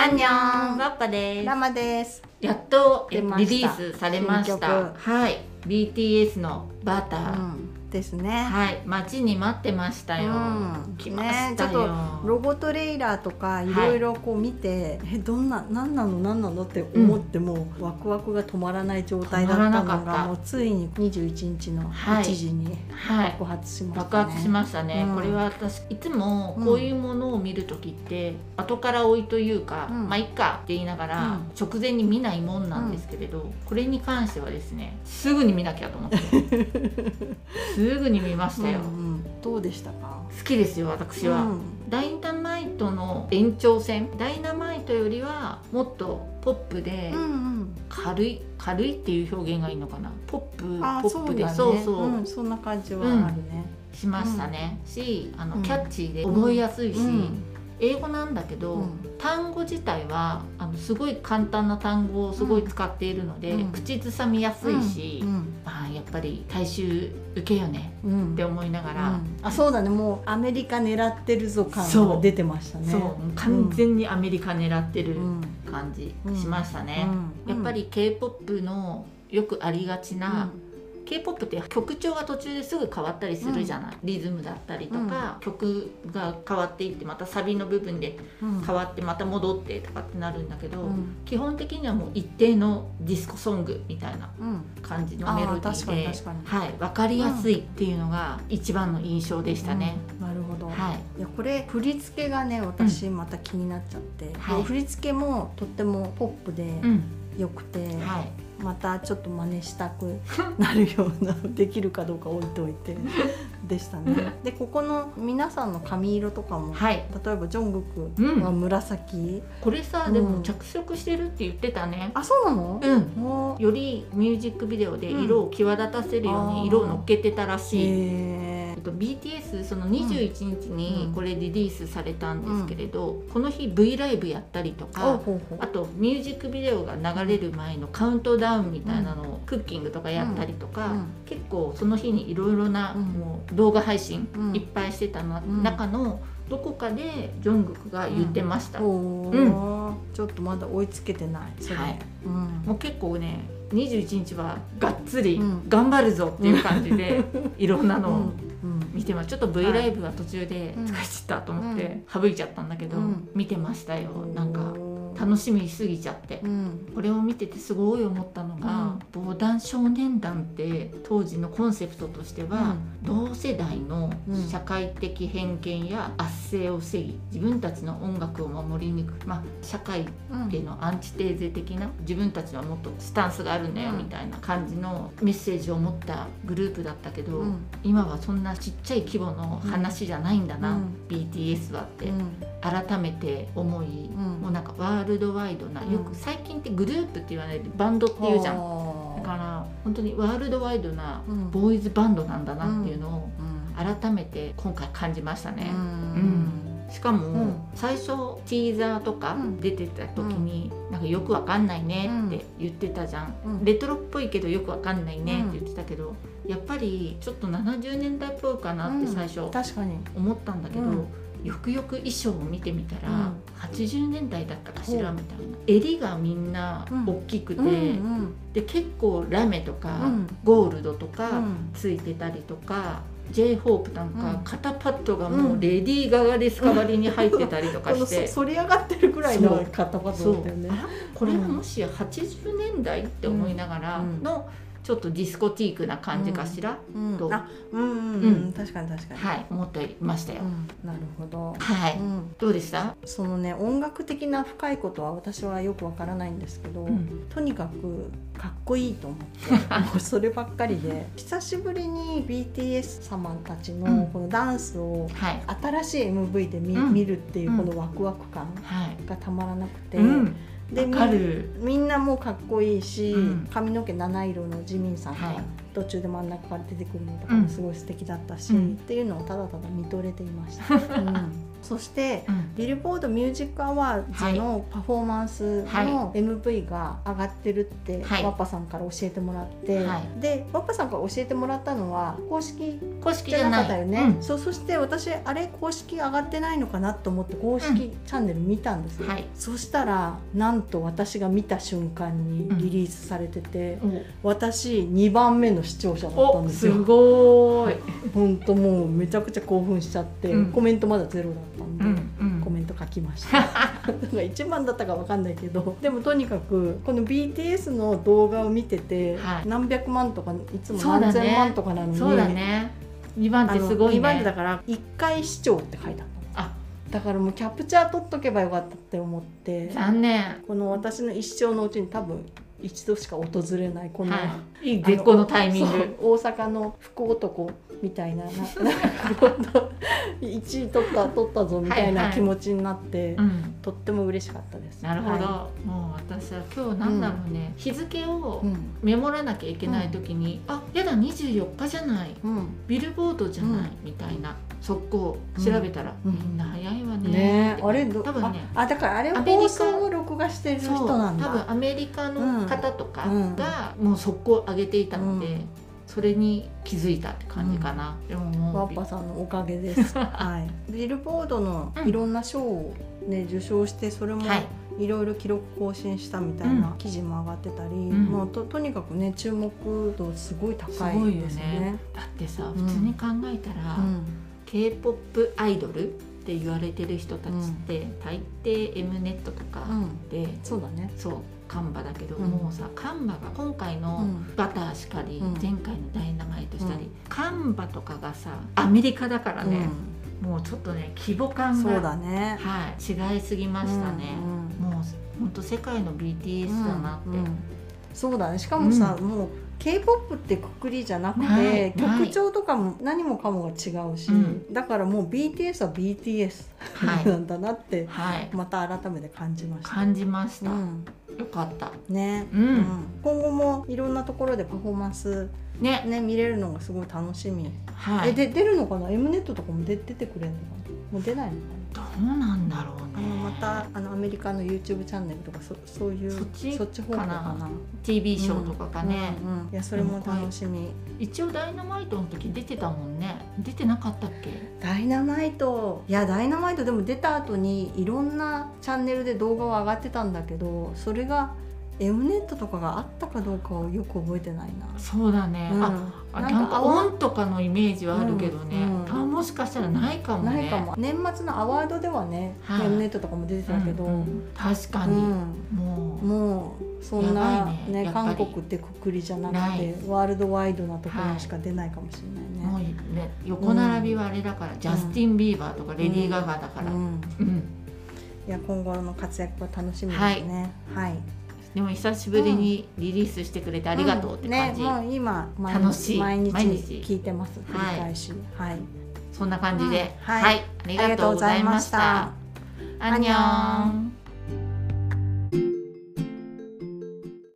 アンニョン、 バッパです。 ラマです。 やっとリ出ましたリースされました。はい、BTS のバター、 ですね。 はい、待ちに待ってましたよ。来ましたよ。 ちょっとロゴトレーラーとかいろいろこう見て、何なのって思っても、ワクワクが止まらない状態だったのが、もうついに21日の1時に爆発しましたね。 爆発しましたね。これは私いつもこういうものを見るときって、後から追いというか、まあいっかって言いながら、直前に見ないもんなんですけれど、これに関してはですね、すぐに見なきゃと思ってすぐに見ましたよ。 どうでしたか？ 好きですよ、私は。ダイナマイトの延長線、ダイナマイトよりはもっとポップで軽いっていう表現がいいのかな。ポップで、そうそんな感じはあるね。 しましたね。し、キャッチーで覚えやすいし、英語なんだけど、単語自体はすごい簡単な単語をすごい使っているので、口ずさみやすいし、やっぱり大衆受けよねって思いながら、 そうだね、もうアメリカ狙ってるぞ感が出てましたね。 そう完全にアメリカ狙ってる感じしましたね。やっぱり K-POP のよくありがちな、K-POP って曲調が途中ですぐ変わったりするじゃない、リズムだったりとか、曲が変わっていってまたサビの部分で変わってまた戻ってとかってなるんだけど、基本的にはもう一定のディスコソングみたいな感じのメロディーで、分かりやすいっていうのが一番の印象でしたね。 なるほど。いやこれ振り付けがね、私また気になっちゃって、振り付けもとってもポップでよくて、またちょっと真似したくなるようなできるかどうか置いといてでしたね。でここの皆さんの髪色とかも、例えばジョングクは紫、 これさ、でも着色してるって言ってたね。 あ、そうなの？ よりミュージックビデオで色を際立たせるように色を乗っけてたらしい。BTS その21日にこれリリースされたんですけれど、この日 V ライブやったりとか、あとミュージックビデオが流れる前のカウントダウンみたいなのをクッキングとかやったりとか、結構その日にいろいろなもう動画配信いっぱいしてた中のどこかでジョングクが言ってました。ちょっとまだ追いつけてない。 もう結構ね、21日はがっつり頑張るぞっていう感じでいろんなのを見てます。ちょっと V ライブは途中で疲れちゃったと思って省いちゃったんだけど、見てましたよ。なんか楽しみすぎちゃって、これを見ててすごい思ったのが、防弾少年団って当時のコンセプトとしては、同世代の社会的偏見や圧政を防ぎ、自分たちの音楽を守り抜く、社会へのアンチテーゼ的な、自分たちはもっとスタンスがあるんだよみたいな感じのメッセージを持ったグループだったけど、今はそんなちっちゃい規模の話じゃないんだな、BTS はって改めて思い、もうなんかワールドワイドな、よく最近ってグループって言わないでバンドって言うじゃん。だから本当にワールドワイドなボーイズバンドなんだなっていうのを改めて今回感じましたね。しかも最初ティーザーとか出てた時に、なんかよくわかんないねって言ってたじゃん。レトロっぽいけどよくわかんないねって言ってたけど、やっぱりちょっと70年代っぽいかなって最初思ったんだけど、よくよく衣装を見てみたら、80年代だったかしらみたいな。襟がみんな大きくて、で結構ラメとかゴールドとかついてたりとか、J−HOPE なんか肩パッドがもうレディー・ガガです代わりに入ってたりとかして反り上がってるくらいの肩パッドだったよね。 これはもしや80年代って思いながらのちょっとディスコティークな感じかしらと、 確かに思っていましたよ。 なるほど。 どうでした？ そのね、音楽的な深いことは私はよくわからないんですけど、とにかくかっこいいと思ってもうそればっかりで、久しぶりに BTS 様たちのこのダンスを新しい MV で見るっていうこのワクワク感がたまらなくて、でみんなもかっこいいし、髪の毛七色のジミンさんが途中で真ん中から出てくるのとかもすごい素敵だったし、っていうのをただただ見とれていました。 そしてビルボードミュージックアワーズのパフォーマンスの MV が上がってるってワッパさんから教えてもらって、でワッパさんから教えてもらったのは公式じゃなかったよね。そして私あれ公式上がってないのかなと思って公式チャンネル見たんですよ。そしたらなんと私が見た瞬間にリリースされてて、私2番目の視聴者だったんですよ。 すごーい。 本当もうめちゃくちゃ興奮しちゃって、コメントまだゼロだったんで、コメント書きました。1番だったか分かんないけど、でもとにかくこの BTS の動画を見てて、何百万とかいつも何千万とかなのに、 そうだね、2番ってすごいね。 2番手だから1回視聴って書いてあったの。だからもうキャプチャー取っとけばよかったって思って、 残念。 この私の一生のうちに多分一度しか訪れないこの、 いい絶好のタイミング。 大阪の福男みたいな1位取ったぞみたいな気持ちになって、とっても嬉しかったです。 なるほど、もう私は今日なんだろうね、日付をメモらなきゃいけない時に、あ、やだ24日じゃない、ビルボードじゃない、みたいな速攻調べたら、みんな早いわね。 あれ多分ね、 だからあれは放送を録画してる人なんだ。 多分アメリカの方とかがもう速攻上げていたので、それに気づいたって感じかな。でももうワッパさんのおかげです。ビルボードのいろんな賞をね受賞して、それもいろいろ記録更新したみたいな記事も上がってたり、もうとにかくね注目度すごい高いですね。 だってさ、普通に考えたら、K-POP アイドルって言われてる人たちって大抵 M ネットとかで、 そうだね、 そうカンバだけど、もうさカンバが今回のバターしかり、前回のダイナマイトしたり、カンバとかがさアメリカだからね、もうちょっとね規模感が、 そうだね、 違いすぎましたね。もう本当世界の BTS だなって、 そうだね。しかもさ、もうK-POP ってくくりじゃなくて、曲調とかも何もかもが違うし、だからもう BTS は BTS なんだなって、また改めて感じました。 感じました。よかったね。今後もいろんなところでパフォーマンスね見れるのがすごい楽しみ。出るのかな？ M ネットとかも出てくれるのかな？もう出ないのかな？ どうなんだろうね。 またアメリカの YouTube チャンネルとかそういうそっち方向かな。 TV ショーとかかね。 いやそれも楽しみ。 一応ダイナマイトの時出てたもんね。出てなかったっけ？ ダイナマイトでも出た後にいろんなチャンネルで動画は上がってたんだけど、それが M ネットとかがあったかどうかをよく覚えてないな。 そうだね、なんかオンとかのイメージはあるけどね、もしかしたらないかもね。年末のアワードではね、M ネットとかも出てたけど、確かに、 もうそんなね韓国ってくくりじゃなくてワールドワイドなところにしか出ないかもしれないね。 もうね、横並びはあれだから、ジャスティン・ビーバーとかレディー・ガガだから、いや今後の活躍は楽しみですね。 でも久しぶりにリリースしてくれてありがとうって感じ。 もう今楽しい、 毎日聞いてます。繰り返し。 そんな感じで、ありがとうございました。アンニョン。